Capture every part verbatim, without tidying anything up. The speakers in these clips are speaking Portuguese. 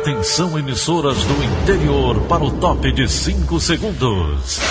Atenção, emissoras do interior, para o top de cinco segundos.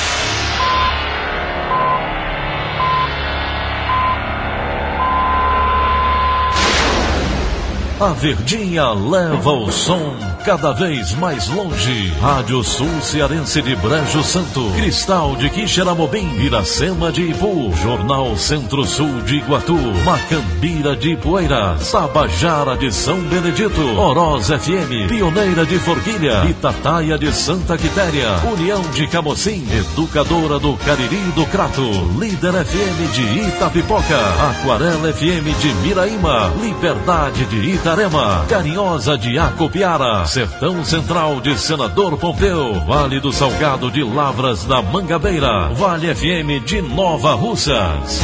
A Verdinha leva o som cada vez mais longe. Rádio Sul Cearense de Brejo Santo, Cristal de Quixeramobim, Iracema de Ipu, Jornal Centro-Sul de Iguatu, Macambira de Poeiras, Tabajara de São Benedito, Oroz F M, Pioneira de Forquilha, Itataia de Santa Quitéria, União de Camocim, Educadora do Cariri do Crato, Líder F M de Itapipoca, Aquarela F M de Miraíma, Liberdade de Ita Itarema, Carinhosa de Acopiara, Sertão Central de Senador Pompeu, Vale do Salgado de Lavras da Mangabeira, Vale F M de Nova Russas.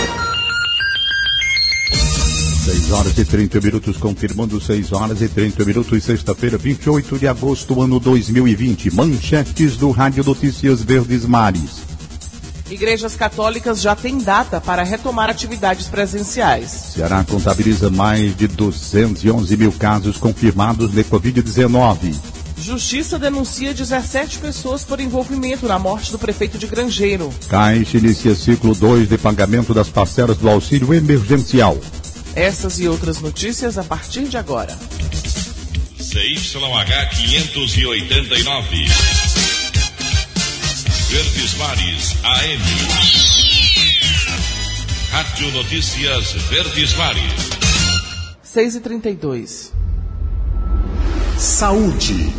seis horas e trinta minutos, confirmando seis horas e trinta minutos, sexta-feira, vinte e oito de agosto, ano dois mil e vinte. Manchetes do Rádio Notícias Verdes Mares. Igrejas católicas já têm data para retomar atividades presenciais. Ceará contabiliza mais de duzentos e onze mil casos confirmados de covid dezenove. Justiça denuncia dezessete pessoas por envolvimento na morte do prefeito de Grangeiro. Caixa inicia ciclo dois de pagamento das parcelas do auxílio emergencial. Essas e outras notícias a partir de agora. C Y H quinhentos e oitenta e nove. Verdes Mares A M. Rádio Notícias Verdes Mares. seis e trinta e dois. Saúde.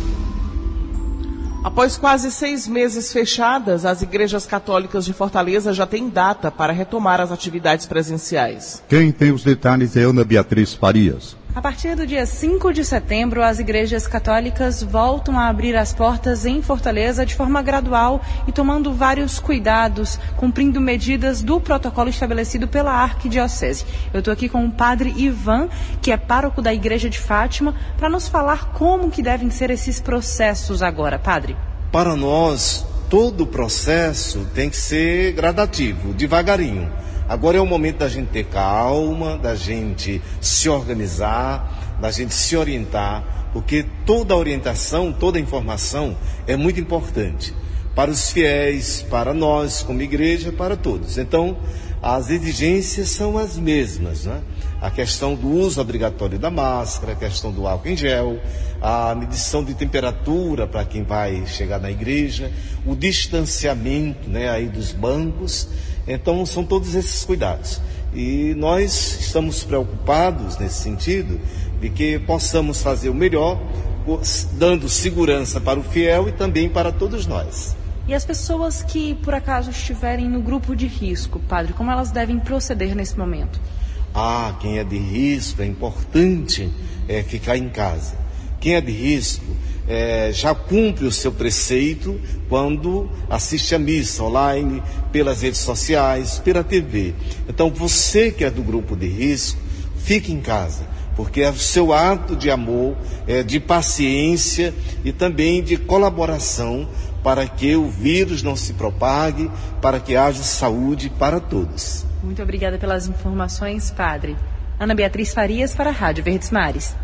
Após quase seis meses fechadas, as igrejas católicas de Fortaleza já têm data para retomar as atividades presenciais. Quem tem os detalhes é Ana Beatriz Farias. A partir do dia cinco de setembro, as igrejas católicas voltam a abrir as portas em Fortaleza de forma gradual e tomando vários cuidados, cumprindo medidas do protocolo estabelecido pela Arquidiocese. Eu estou aqui com o padre Ivan, que é pároco da Igreja de Fátima, para nos falar como que devem ser esses processos agora, padre. Para nós, todo o processo tem que ser gradativo, devagarinho. Agora é o momento da gente ter calma, da gente se organizar, da gente se orientar, porque toda a orientação, toda a informação é muito importante para os fiéis, para nós como igreja, para todos. Então, as exigências são as mesmas, né? A questão do uso obrigatório da máscara, a questão do álcool em gel, a medição de temperatura para quem vai chegar na igreja, o distanciamento, né, aí dos bancos. Então, são todos esses cuidados. E nós estamos preocupados nesse sentido de que possamos fazer o melhor, dando segurança para o fiel e também para todos nós. E as pessoas que, por acaso, estiverem no grupo de risco, padre, como elas devem proceder nesse momento? Ah, quem é de risco, é importante é, ficar em casa. Quem é de risco é, já cumpre o seu preceito quando assiste a missa online, pelas redes sociais, pela T V. Então, você que é do grupo de risco, fique em casa, porque é o seu ato de amor, é, de paciência e também de colaboração para que o vírus não se propague, para que haja saúde para todos. Muito obrigada pelas informações, padre. Ana Beatriz Farias para a Rádio Verdes Mares.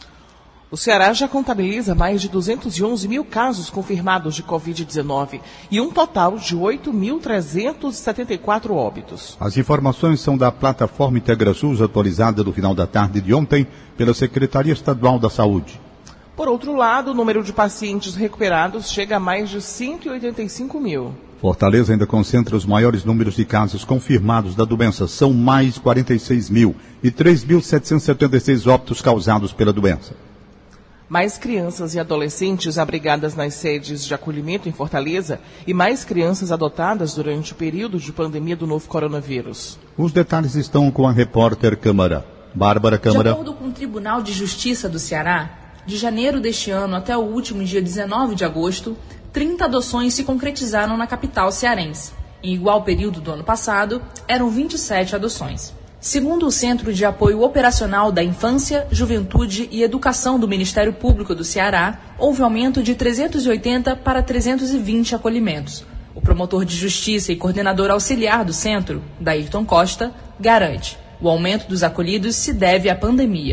O Ceará já contabiliza mais de duzentos e onze mil casos confirmados de covid dezenove e um total de oito mil trezentos e setenta e quatro óbitos. As informações são da plataforma IntegraSUS, atualizada no final da tarde de ontem pela Secretaria Estadual da Saúde. Por outro lado, o número de pacientes recuperados chega a mais de cento e oitenta e cinco mil. Fortaleza ainda concentra os maiores números de casos confirmados da doença. São mais quarenta e seis mil e três mil setecentos e setenta e seis óbitos causados pela doença. Mais crianças e adolescentes abrigadas nas sedes de acolhimento em Fortaleza e mais crianças adotadas durante o período de pandemia do novo coronavírus. Os detalhes estão com a repórter Câmara. Bárbara Câmara. De acordo com o Tribunal de Justiça do Ceará, de janeiro deste ano até o último dia dezenove de agosto, trinta adoções se concretizaram na capital cearense. Em igual período do ano passado, eram vinte e sete adoções. Segundo o Centro de Apoio Operacional da Infância, Juventude e Educação do Ministério Público do Ceará, houve aumento de trezentos e oitenta para trezentos e vinte acolhimentos. O promotor de Justiça e coordenador auxiliar do centro, Dayrton Costa, garante: o aumento dos acolhidos se deve à pandemia.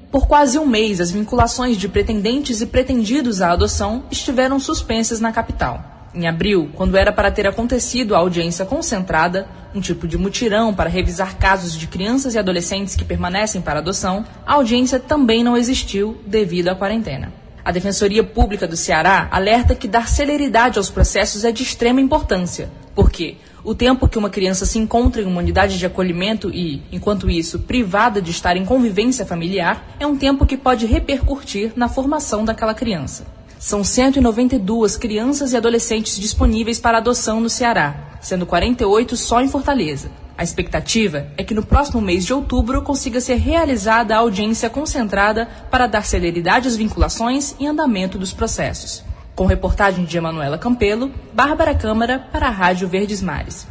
Por quase um mês, as vinculações de pretendentes e pretendidos à adoção estiveram suspensas na capital. Em abril, quando era para ter acontecido a audiência concentrada, um tipo de mutirão para revisar casos de crianças e adolescentes que permanecem para adoção, a audiência também não existiu devido à quarentena. A Defensoria Pública do Ceará alerta que dar celeridade aos processos é de extrema importância, porque o tempo que uma criança se encontra em uma unidade de acolhimento e, enquanto isso, privada de estar em convivência familiar, é um tempo que pode repercutir na formação daquela criança. São cento e noventa e duas crianças e adolescentes disponíveis para adoção no Ceará, sendo quarenta e oito só em Fortaleza. A expectativa é que no próximo mês de outubro consiga ser realizada a audiência concentrada para dar celeridade às vinculações e andamento dos processos. Com reportagem de Emanuela Campelo, Bárbara Câmara para a Rádio Verdes Mares.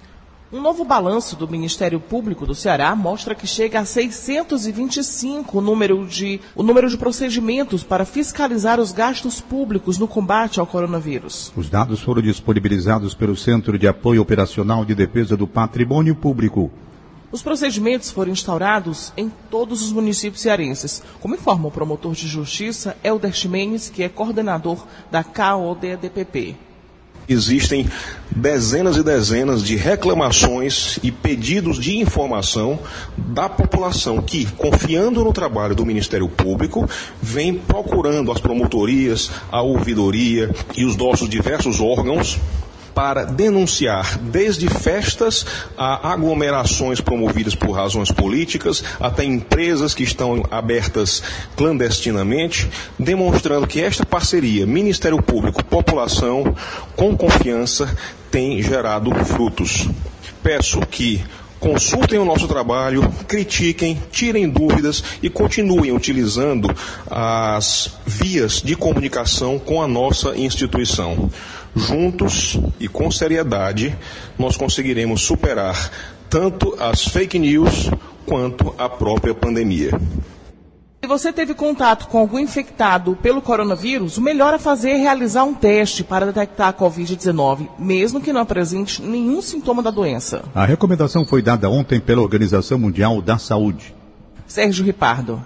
Um novo balanço do Ministério Público do Ceará mostra que chega a seiscentos e vinte e cinco o número de, o número de procedimentos para fiscalizar os gastos públicos no combate ao coronavírus. Os dados foram disponibilizados pelo Centro de Apoio Operacional de Defesa do Patrimônio Público. Os procedimentos foram instaurados em todos os municípios cearenses, como informa o promotor de justiça Helder Ximenes, que é coordenador da K O D D P P. Existem dezenas e dezenas de reclamações e pedidos de informação da população que, confiando no trabalho do Ministério Público, vem procurando as promotorias, a ouvidoria e os nossos diversos órgãos para denunciar desde festas a aglomerações promovidas por razões políticas, até empresas que estão abertas clandestinamente, demonstrando que esta parceria Ministério Público-População, com confiança, tem gerado frutos. Peço que consultem o nosso trabalho, critiquem, tirem dúvidas e continuem utilizando as vias de comunicação com a nossa instituição. Juntos e com seriedade, nós conseguiremos superar tanto as fake news quanto a própria pandemia. Se você teve contato com algum infectado pelo coronavírus, o melhor a fazer é realizar um teste para detectar a covid dezenove, mesmo que não apresente nenhum sintoma da doença. A recomendação foi dada ontem pela Organização Mundial da Saúde. Sérgio Ripardo.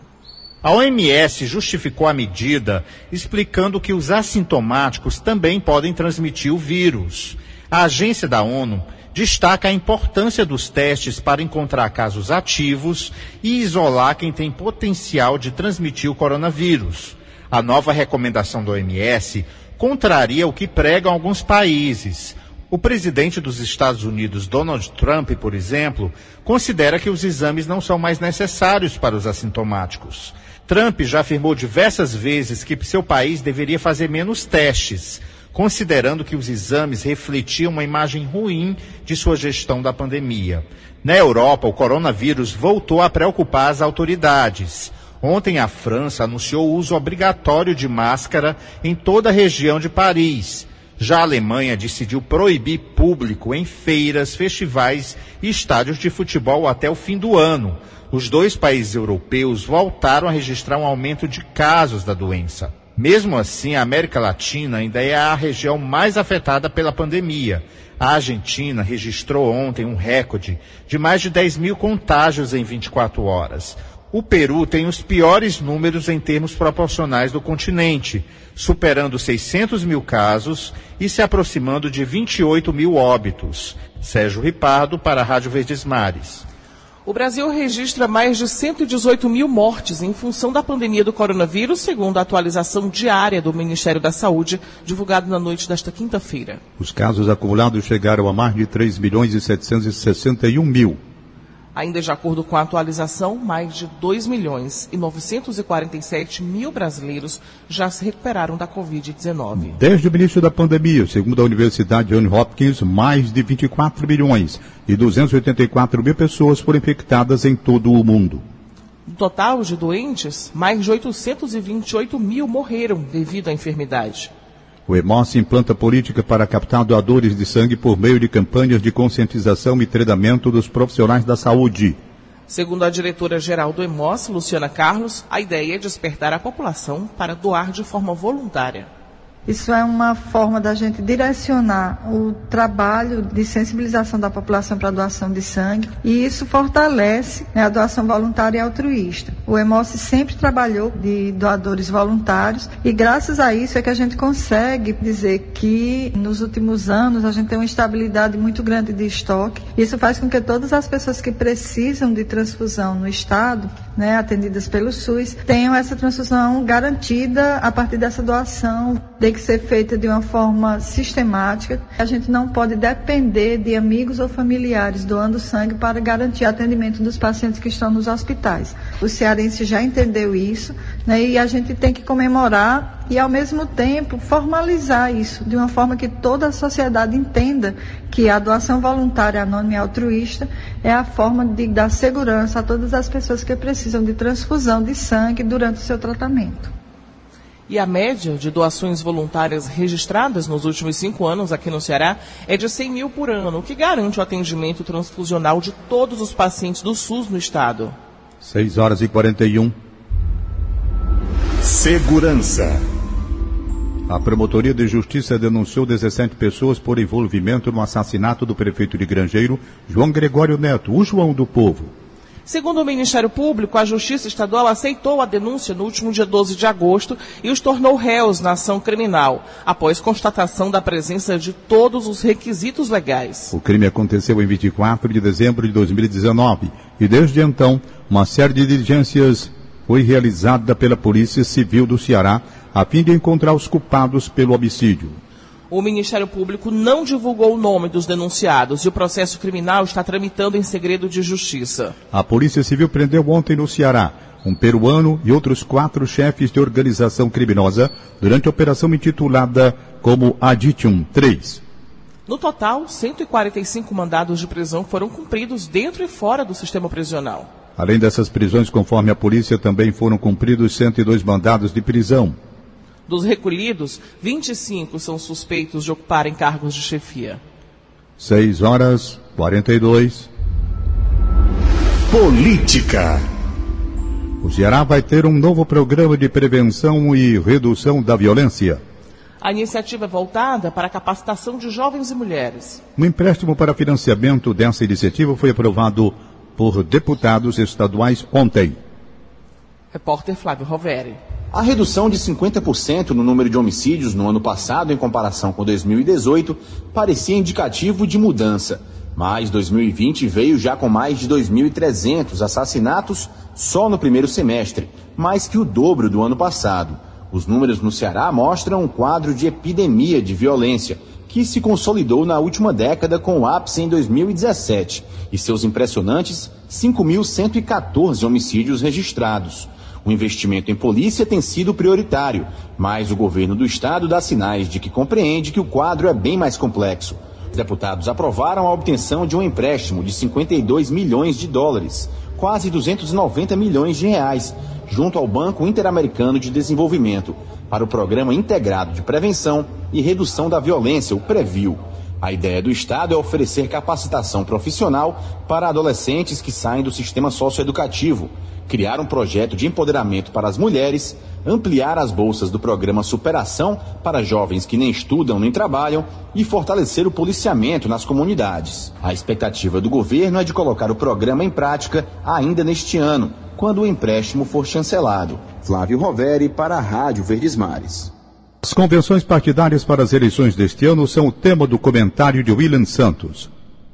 A O M S justificou a medida explicando que os assintomáticos também podem transmitir o vírus. A agência da ONU destaca a importância dos testes para encontrar casos ativos e isolar quem tem potencial de transmitir o coronavírus. A nova recomendação da O M S contraria o que pregam alguns países. O presidente dos Estados Unidos, Donald Trump, por exemplo, considera que os exames não são mais necessários para os assintomáticos. Trump já afirmou diversas vezes que seu país deveria fazer menos testes, considerando que os exames refletiam uma imagem ruim de sua gestão da pandemia. Na Europa, o coronavírus voltou a preocupar as autoridades. Ontem, a França anunciou o uso obrigatório de máscara em toda a região de Paris. Já a Alemanha decidiu proibir público em feiras, festivais e estádios de futebol até o fim do ano. Os dois países europeus voltaram a registrar um aumento de casos da doença. Mesmo assim, a América Latina ainda é a região mais afetada pela pandemia. A Argentina registrou ontem um recorde de mais de dez mil contágios em vinte e quatro horas. O Peru tem os piores números em termos proporcionais do continente, superando seiscentos mil casos e se aproximando de vinte e oito mil óbitos. Sérgio Ripardo para a Rádio Verdes Mares. O Brasil registra mais de cento e dezoito mil mortes em função da pandemia do coronavírus, segundo a atualização diária do Ministério da Saúde, divulgada na noite desta quinta-feira. Os casos acumulados chegaram a mais de três milhões e setecentos e sessenta e um mil. Ainda de acordo com a atualização, mais de dois milhões e novecentos e quarenta e sete mil brasileiros já se recuperaram da covid dezenove. Desde o início da pandemia, segundo a Universidade Johns Hopkins, mais de vinte e quatro milhões e duzentos e oitenta e quatro mil pessoas foram infectadas em todo o mundo. No total de doentes, mais de oitocentos e vinte e oito mil morreram devido à enfermidade. O Hemócio implanta política para captar doadores de sangue por meio de campanhas de conscientização e treinamento dos profissionais da saúde. Segundo a diretora-geral do Hemócio, Luciana Carlos, a ideia é despertar a população para doar de forma voluntária. Isso é uma forma da gente direcionar o trabalho de sensibilização da população para a doação de sangue, e isso fortalece, né, a doação voluntária e altruísta. O Hemócio sempre trabalhou de doadores voluntários e graças a isso é que a gente consegue dizer que nos últimos anos a gente tem uma estabilidade muito grande de estoque. Isso faz com que todas as pessoas que precisam de transfusão no estado, né, atendidas pelo SUS, tenham essa transfusão garantida a partir dessa doação. Tem que ser feita de uma forma sistemática. A gente não pode depender de amigos ou familiares doando sangue para garantir o atendimento dos pacientes que estão nos hospitais. O cearense já entendeu isso, né, e a gente tem que comemorar e, ao mesmo tempo, formalizar isso de uma forma que toda a sociedade entenda que a doação voluntária, anônima e altruísta é a forma de dar segurança a todas as pessoas que precisam de transfusão de sangue durante o seu tratamento. E a média de doações voluntárias registradas nos últimos cinco anos aqui no Ceará é de cem mil por ano, o que garante o atendimento transfusional de todos os pacientes do SUS no estado. seis horas e quarenta e um. Segurança. A Promotoria de Justiça denunciou dezessete pessoas por envolvimento no assassinato do prefeito de Grangeiro, João Gregório Neto, o João do Povo. Segundo o Ministério Público, a Justiça Estadual aceitou a denúncia no último dia doze de agosto e os tornou réus na ação criminal, após constatação da presença de todos os requisitos legais. O crime aconteceu em vinte e quatro de dezembro de dois mil e dezenove e, desde então, uma série de diligências foi realizada pela Polícia Civil do Ceará a fim de encontrar os culpados pelo homicídio. O Ministério Público não divulgou o nome dos denunciados e o processo criminal está tramitando em segredo de justiça. A Polícia Civil prendeu ontem no Ceará um peruano e outros quatro chefes de organização criminosa durante a operação intitulada como Aditium três. No total, cento e quarenta e cinco mandados de prisão foram cumpridos dentro e fora do sistema prisional. Além dessas prisões, conforme a polícia, também foram cumpridos cento e dois mandados de prisão. Dos recolhidos, vinte e cinco são suspeitos de ocuparem cargos de chefia. seis horas e quarenta e dois. Política. O Ceará vai ter um novo programa de prevenção e redução da violência. A iniciativa é voltada para a capacitação de jovens e mulheres. Um empréstimo para financiamento dessa iniciativa foi aprovado por deputados estaduais ontem. Repórter Flávio Roveri. A redução de cinquenta por cento no número de homicídios no ano passado em comparação com dois mil e dezoito parecia indicativo de mudança. Mas dois mil e vinte veio já com mais de dois mil e trezentos assassinatos só no primeiro semestre, mais que o dobro do ano passado. Os números no Ceará mostram um quadro de epidemia de violência, que se consolidou na última década com o ápice em dois mil e dezessete e seus impressionantes cinco mil cento e quatorze homicídios registrados. O investimento em polícia tem sido prioritário, mas o governo do estado dá sinais de que compreende que o quadro é bem mais complexo. Os deputados aprovaram a obtenção de um empréstimo de cinquenta e dois milhões de dólares, quase duzentos e noventa milhões de reais, junto ao Banco Interamericano de Desenvolvimento, para o Programa Integrado de Prevenção e Redução da Violência, o PREVIL. A ideia do Estado é oferecer capacitação profissional para adolescentes que saem do sistema socioeducativo, criar um projeto de empoderamento para as mulheres, ampliar as bolsas do programa Superação para jovens que nem estudam nem trabalham e fortalecer o policiamento nas comunidades. A expectativa do governo é de colocar o programa em prática ainda neste ano, quando o empréstimo for chancelado. Flávio Roveri para a Rádio Verdes Mares. As convenções partidárias para as eleições deste ano são o tema do comentário de William Santos.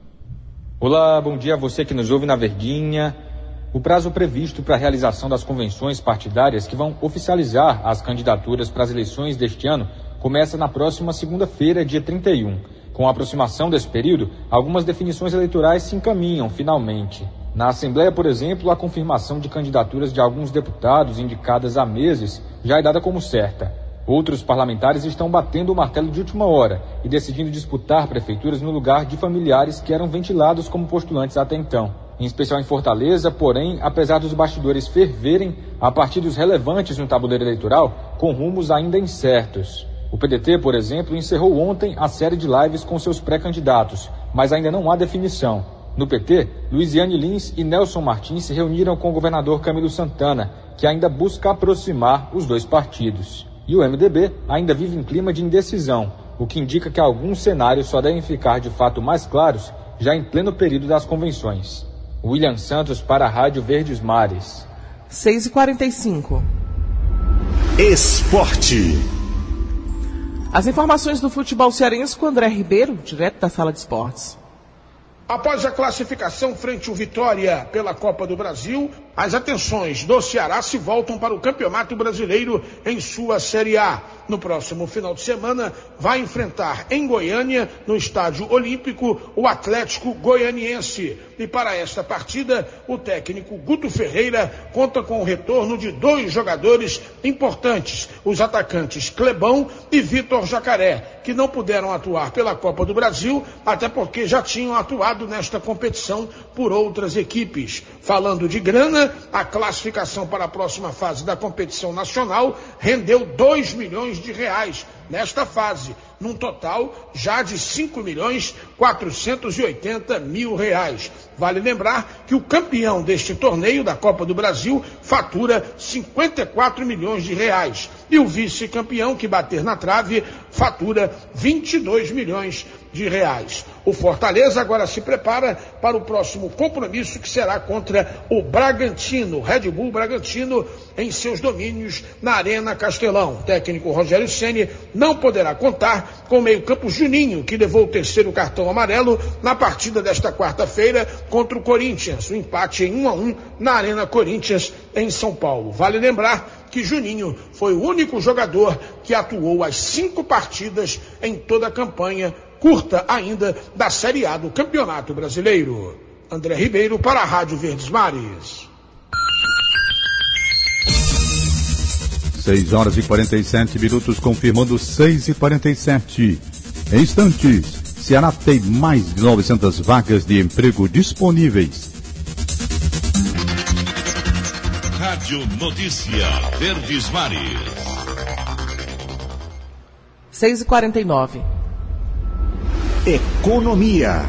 Olá, bom dia a você que nos ouve na Verdinha. O prazo previsto para a realização das convenções partidárias que vão oficializar as candidaturas para as eleições deste ano começa na próxima segunda-feira, dia trinta e um. Com a aproximação desse período, algumas definições eleitorais se encaminham finalmente. Na Assembleia, por exemplo, a confirmação de candidaturas de alguns deputados indicadas há meses já é dada como certa. Outros parlamentares estão batendo o martelo de última hora e decidindo disputar prefeituras no lugar de familiares que eram ventilados como postulantes até então. Em especial em Fortaleza, porém, apesar dos bastidores ferverem, há partidos relevantes no tabuleiro eleitoral com rumos ainda incertos. O P D T, por exemplo, encerrou ontem a série de lives com seus pré-candidatos, mas ainda não há definição. No P T, Luiziane Lins e Nelson Martins se reuniram com o governador Camilo Santana, que ainda busca aproximar os dois partidos. E o M D B ainda vive em clima de indecisão, o que indica que alguns cenários só devem ficar de fato mais claros já em pleno período das convenções. William Santos para a Rádio Verdes Mares. seis e quarenta e cinco. Esporte. As informações do futebol cearense com André Ribeiro, direto da Sala de Esportes. Após a classificação frente ao Vitória pela Copa do Brasil, as atenções do Ceará se voltam para o Campeonato Brasileiro em sua Série A. No próximo final de semana, vai enfrentar em Goiânia, no Estádio Olímpico, o Atlético Goianiense. E para esta partida, o técnico Guto Ferreira conta com o retorno de dois jogadores importantes, os atacantes Clebão e Vitor Jacaré, que não puderam atuar pela Copa do Brasil, até porque já tinham atuado nesta competição por outras equipes. Falando de grana, a classificação para a próxima fase da competição nacional rendeu dois milhões de reais nesta fase, num total já de cinco milhões quatrocentos e oitenta mil reais. Vale lembrar que o campeão deste torneio da Copa do Brasil fatura cinquenta e quatro milhões de reais e o vice-campeão que bater na trave fatura vinte e dois milhões de reais. O Fortaleza agora se prepara para o próximo compromisso, que será contra o Bragantino, Red Bull Bragantino, em seus domínios na Arena Castelão. O técnico Rogério Ceni não poderá contar com o meio-campo Juninho, que levou o terceiro cartão amarelo na partida desta quarta-feira contra o Corinthians, o empate em um a um na Arena Corinthians, em São Paulo. Vale lembrar que Juninho foi o único jogador que atuou as cinco partidas em toda a campanha curta ainda da Série A do Campeonato Brasileiro. André Ribeiro para a Rádio Verdes Mares. seis horas e quarenta e sete minutos, confirmando seis e quarenta e sete. Em instantes, Ceará tem mais de novecentas vagas de emprego disponíveis. Rádio Notícia Verdes Mares. seis e quarenta e nove. Economia.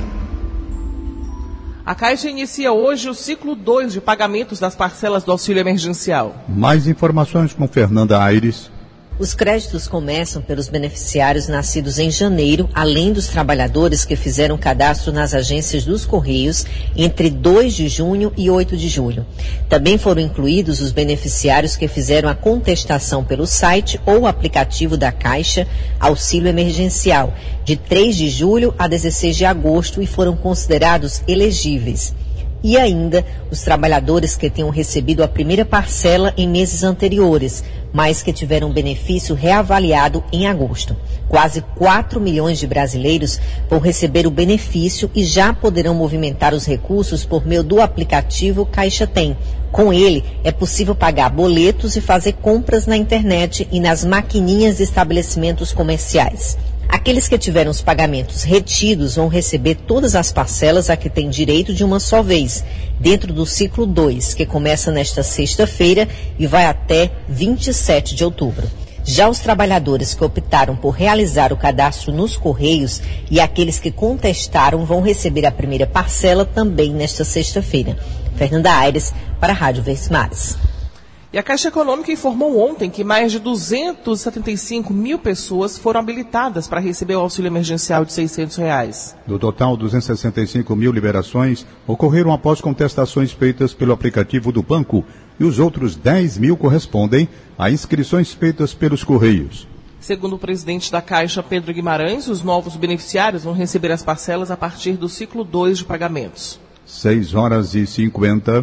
A Caixa inicia hoje o ciclo dois de pagamentos das parcelas do auxílio emergencial. Mais informações com Fernanda Aires. Os créditos começam pelos beneficiários nascidos em janeiro, além dos trabalhadores que fizeram cadastro nas agências dos Correios entre dois de junho e oito de julho. Também foram incluídos os beneficiários que fizeram a contestação pelo site ou aplicativo da Caixa Auxílio Emergencial, de três de julho a dezesseis de agosto, e foram considerados elegíveis. E ainda os trabalhadores que tenham recebido a primeira parcela em meses anteriores, mas que tiveram benefício reavaliado em agosto. Quase quatro milhões de brasileiros vão receber o benefício e já poderão movimentar os recursos por meio do aplicativo Caixa Tem. Com ele, é possível pagar boletos e fazer compras na internet e nas maquininhas de estabelecimentos comerciais. Aqueles que tiveram os pagamentos retidos vão receber todas as parcelas a que têm direito de uma só vez, dentro do ciclo dois, que começa nesta sexta-feira e vai até vinte e sete de outubro. Já os trabalhadores que optaram por realizar o cadastro nos Correios e aqueles que contestaram vão receber a primeira parcela também nesta sexta-feira. Fernanda Aires, para a Rádio Verdes Mares. E a Caixa Econômica informou ontem que mais de duzentos e setenta e cinco mil pessoas foram habilitadas para receber o auxílio emergencial de seiscentos reais. Do total, duzentos e sessenta e cinco mil liberações ocorreram após contestações feitas pelo aplicativo do banco e os outros dez mil correspondem a inscrições feitas pelos Correios. Segundo o presidente da Caixa, Pedro Guimarães, os novos beneficiários vão receber as parcelas a partir do ciclo dois de pagamentos. seis horas e cinquenta.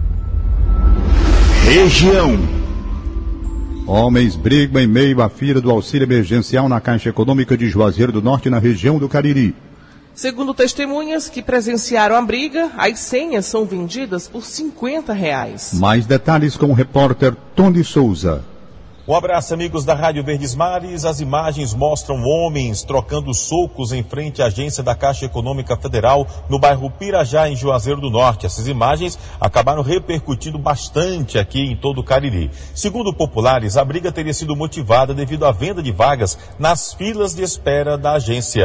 Região. Homens brigam em meio à fila do auxílio emergencial na Caixa Econômica de Juazeiro do Norte, na região do Cariri. Segundo testemunhas que presenciaram a briga, as senhas são vendidas por cinquenta reais. Mais detalhes com o repórter Tony Souza. Um abraço, amigos da Rádio Verdes Mares. As imagens mostram homens trocando socos em frente à agência da Caixa Econômica Federal no bairro Pirajá, em Juazeiro do Norte. Essas imagens acabaram repercutindo bastante aqui em todo o Cariri. Segundo populares, a briga teria sido motivada devido à venda de vagas nas filas de espera da agência.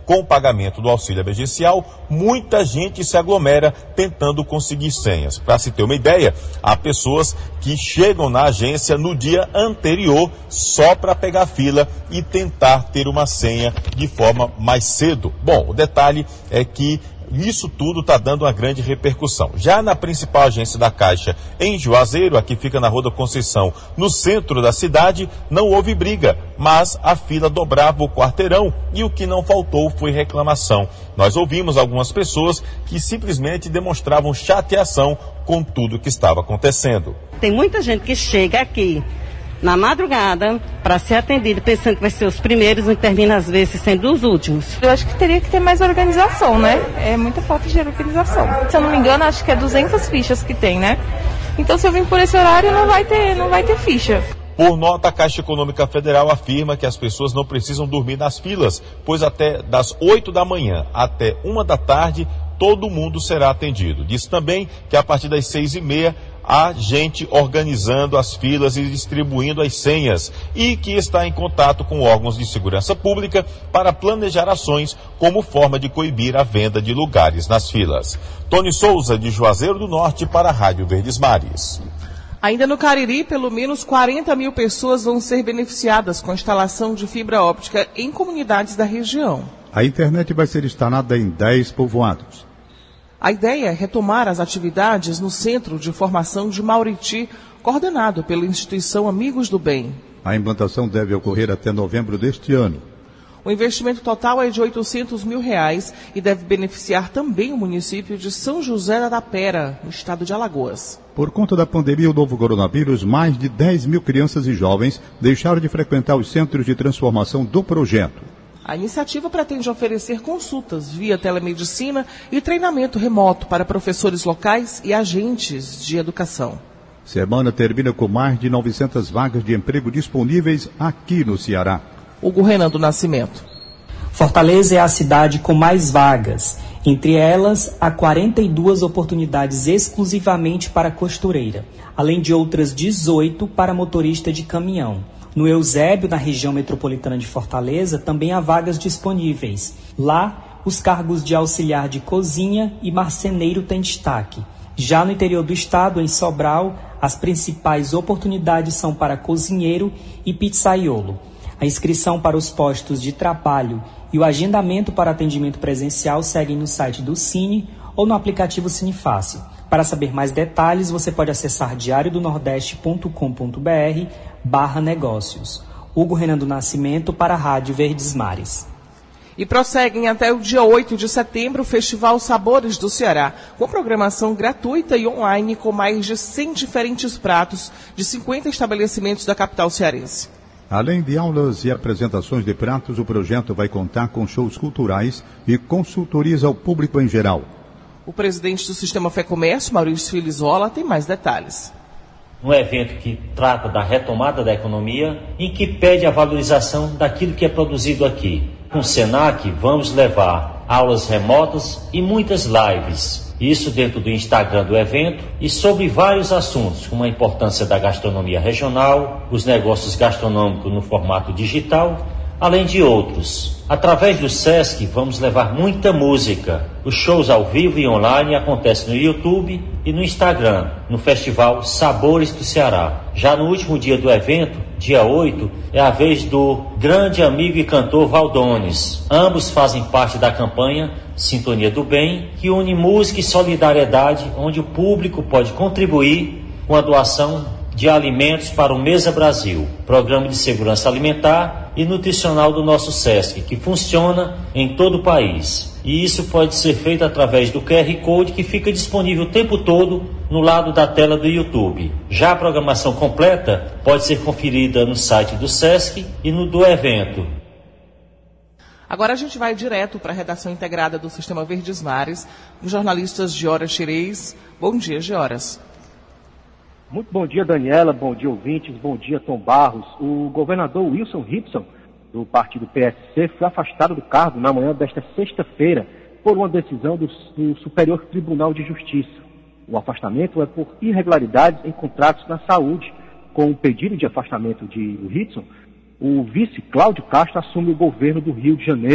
Com o pagamento do auxílio emergencial, muita gente se aglomera tentando conseguir senhas. Para se ter uma ideia, há pessoas que chegam na agência no dia anterior só para pegar fila e tentar ter uma senha de forma mais cedo. Bom, o detalhe é que isso tudo está dando uma grande repercussão. Já na principal agência da Caixa, em Juazeiro, aqui fica na Rua da Conceição, no centro da cidade, não houve briga, mas a fila dobrava o quarteirão e o que não faltou foi reclamação. Nós ouvimos algumas pessoas que simplesmente demonstravam chateação com tudo que estava acontecendo. Tem muita gente que chega aqui na madrugada para ser atendido, pensando que vai ser os primeiros e termina às vezes sendo os últimos. Eu acho que teria que ter mais organização, né? É muita falta de organização. Se eu não me engano, acho que é duzentas fichas que tem, né? Então se eu vim por esse horário, não vai ter, não vai ter ficha. Por nota, a Caixa Econômica Federal afirma que as pessoas não precisam dormir nas filas, pois até das oito da manhã até uma da tarde, todo mundo será atendido. Diz também que a partir das seis e meia, há gente organizando as filas e distribuindo as senhas e que está em contato com órgãos de segurança pública para planejar ações como forma de coibir a venda de lugares nas filas. Tony Souza, de Juazeiro do Norte, para a Rádio Verdes Mares. Ainda no Cariri, pelo menos quarenta mil pessoas vão ser beneficiadas com a instalação de fibra óptica em comunidades da região. A internet vai ser instalada em dez povoados. A ideia é retomar as atividades no Centro de Formação de Mauriti, coordenado pela instituição Amigos do Bem. A implantação deve ocorrer até novembro deste ano. O investimento total é de oitocentos mil reais e deve beneficiar também o município de São José da Tapera, no estado de Alagoas. Por conta da pandemia do novo coronavírus, mais de dez mil crianças e jovens deixaram de frequentar os centros de transformação do projeto. A iniciativa pretende oferecer consultas via telemedicina e treinamento remoto para professores locais e agentes de educação. Semana termina com mais de novecentas vagas de emprego disponíveis aqui no Ceará. Hugo Renan do Nascimento. Fortaleza é a cidade com mais vagas. Entre elas, há quarenta e duas oportunidades exclusivamente para costureira, além de outras dezoito para motorista de caminhão. No Eusébio, na região metropolitana de Fortaleza, também há vagas disponíveis. Lá, os cargos de auxiliar de cozinha e marceneiro têm destaque. Já no interior do estado, em Sobral, as principais oportunidades são para cozinheiro e pizzaiolo. A inscrição para os postos de trabalho e o agendamento para atendimento presencial seguem no site do Cine ou no aplicativo Cine Fácil. Para saber mais detalhes, você pode acessar diário do nordeste ponto com ponto br barra negócios. Hugo Renan do Nascimento para a Rádio Verdes Mares. E prosseguem até o dia oito de setembro o Festival Sabores do Ceará, com programação gratuita e online com mais de cem diferentes pratos de cinquenta estabelecimentos da capital cearense. Além de aulas e apresentações de pratos, o projeto vai contar com shows culturais e consultorias ao público em geral. O presidente do Sistema Fé Comércio, Maurício Filizola, tem mais detalhes. Um evento que trata da retomada da economia e que pede a valorização daquilo que é produzido aqui. Com o Senac, vamos levar aulas remotas e muitas lives. Isso dentro do Instagram do evento e sobre vários assuntos, como a importância da gastronomia regional, os negócios gastronômicos no formato digital, além de outros. Através do Sesc, vamos levar muita música. Os shows ao vivo e online acontecem no YouTube e no Instagram, no Festival Sabores do Ceará. Já no último dia do evento, dia oito, é a vez do grande amigo e cantor Valdones. Ambos fazem parte da campanha Sintonia do Bem, que une música e solidariedade, onde o público pode contribuir com a doação de alimentos para o Mesa Brasil, programa de segurança alimentar e nutricional do nosso Sesc, que funciona em todo o país. E isso pode ser feito através do Q R Code que fica disponível o tempo todo no lado da tela do YouTube. Já a programação completa pode ser conferida no site do Sesc e no do evento. Agora a gente vai direto para a redação integrada do Sistema Verdes Mares, com jornalistas Gioras Xerez. Bom dia, Gioras. Muito bom dia, Daniela, bom dia, ouvintes, bom dia, Tom Barros. O governador Wilson Rippson, do partido P S C, foi afastado do cargo na manhã desta sexta-feira por uma decisão do, do Superior Tribunal de Justiça. O afastamento é por irregularidades em contratos na saúde. Com o pedido de afastamento de Rippson, o vice Cláudio Castro assume o governo do Rio de Janeiro.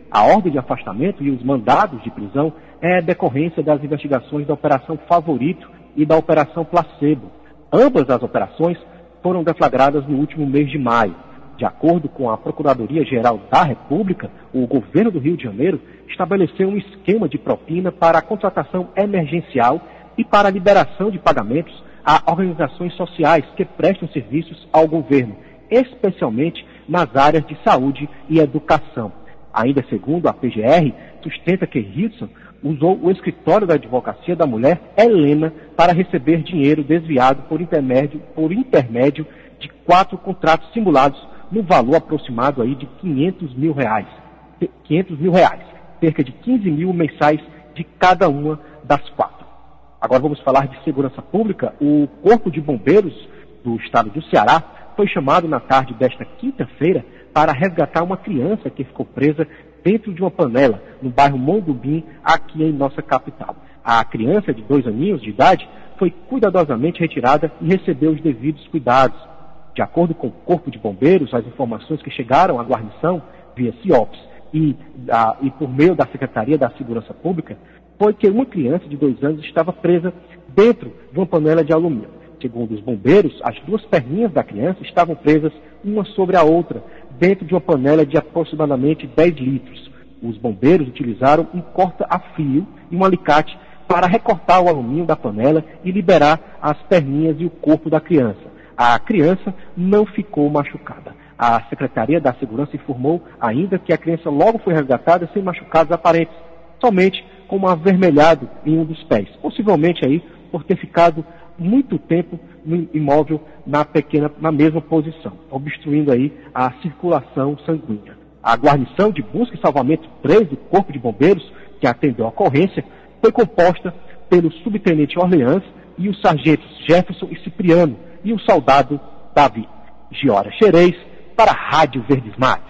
A ordem de afastamento e os mandados de prisão é decorrência das investigações da Operação Favorito e da Operação Placebo. Ambas as operações foram deflagradas no último mês de maio. De acordo com a Procuradoria-Geral da República, o governo do Rio de Janeiro estabeleceu um esquema de propina para a contratação emergencial e para a liberação de pagamentos a organizações sociais que prestam serviços ao governo, especialmente nas áreas de saúde e educação. Ainda segundo a P G R, sustenta que Hudson usou o escritório da advocacia da mulher, Helena, para receber dinheiro desviado por intermédio, por intermédio de quatro contratos simulados no valor aproximado aí de quinhentos mil reais. quinhentos mil reais, cerca de quinze mil mensais de cada uma das quatro. Agora vamos falar de segurança pública. O Corpo de Bombeiros do estado do Ceará foi chamado na tarde desta quinta-feira para resgatar uma criança que ficou presa dentro de uma panela no bairro Mondubim, aqui em nossa capital. A criança de dois aninhos de idade foi cuidadosamente retirada e recebeu os devidos cuidados. De acordo com o Corpo de Bombeiros, as informações que chegaram à guarnição via CIOPS e, a, e por meio da Secretaria da Segurança Pública foi que uma criança de dois anos estava presa dentro de uma panela de alumínio. Segundo os bombeiros, as duas perninhas da criança estavam presas uma sobre a outra, dentro de uma panela de aproximadamente dez litros. Os bombeiros utilizaram um corta-a-fio e um alicate para recortar o alumínio da panela e liberar as perninhas e o corpo da criança. A criança não ficou machucada. A Secretaria da Segurança informou ainda que a criança logo foi resgatada sem machucados aparentes, somente com um avermelhado em um dos pés, possivelmente aí por ter ficado muito tempo no imóvel na pequena, na mesma posição, obstruindo aí a circulação sanguínea. A guarnição de busca e salvamento três do Corpo de Bombeiros, que atendeu a ocorrência, foi composta pelo subtenente Orleans e os sargentos Jefferson e Cipriano e o soldado Davi. Giora Xerez, para a Rádio Verdes Mares.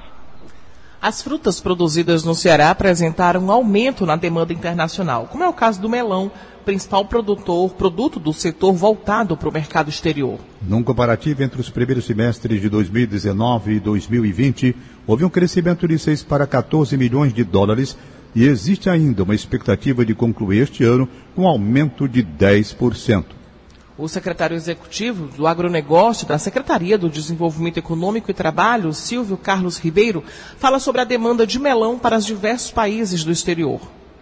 As frutas produzidas no Ceará apresentaram um aumento na demanda internacional, como é o caso do melão, principal produtor, produto do setor voltado para o mercado exterior. Num comparativo entre os primeiros semestres de dois mil e dezenove e dois mil e vinte, houve um crescimento de seis para quatorze milhões de dólares e existe ainda uma expectativa de concluir este ano com um aumento de dez por cento. O secretário executivo do agronegócio da Secretaria do Desenvolvimento Econômico e Trabalho, Silvio Carlos Ribeiro, fala sobre a demanda de melão para os diversos países do exterior.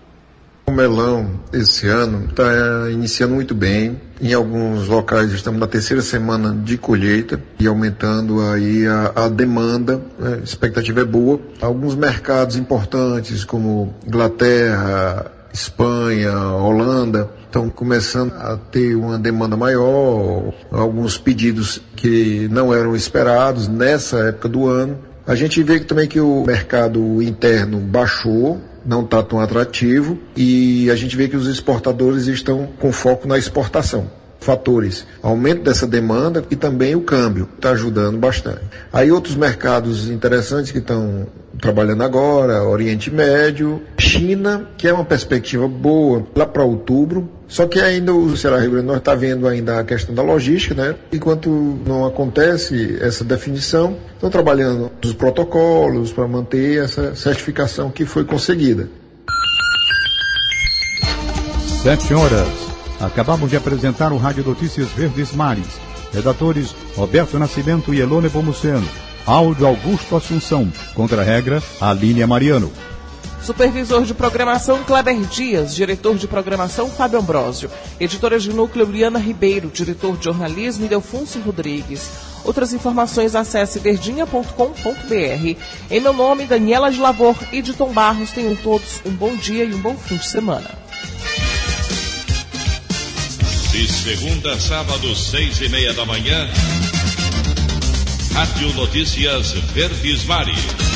O melão, esse ano, está iniciando muito bem. Em alguns locais estamos na terceira semana de colheita e aumentando aí a, a demanda, né? A expectativa é boa. Alguns mercados importantes como Inglaterra, Espanha, Holanda, estão começando a ter uma demanda maior, alguns pedidos que não eram esperados nessa época do ano. A gente vê também que o mercado interno baixou, não está tão atrativo, e a gente vê que os exportadores estão com foco na exportação. Fatores, aumento dessa demanda e também o câmbio, está ajudando bastante. Aí outros mercados interessantes que estão trabalhando agora, Oriente Médio, China, que é uma perspectiva boa lá para outubro, só que ainda o Ceará Rio Grande do Norte está vendo ainda a questão da logística, né? Enquanto não acontece essa definição, estão trabalhando dos protocolos para manter essa certificação que foi conseguida. Sete horas. Acabamos de apresentar o Rádio Notícias Verdes Mares. Redatores Roberto Nascimento e Elone Pomuceno. Áudio Augusto Assunção. Contra-regra, Alínia Mariano. Supervisor de programação Kleber Dias, diretor de programação Fábio Ambrósio, editora de núcleo Liana Ribeiro, diretor de jornalismo Delfonso Rodrigues. Outras informações acesse verdinha ponto com ponto br. Em meu nome, Daniela de Lavor e de Tom Barros, tenham todos um bom dia e um bom fim de semana. De segunda a sábado, seis e meia da manhã, Rádio Notícias Verdes Mares.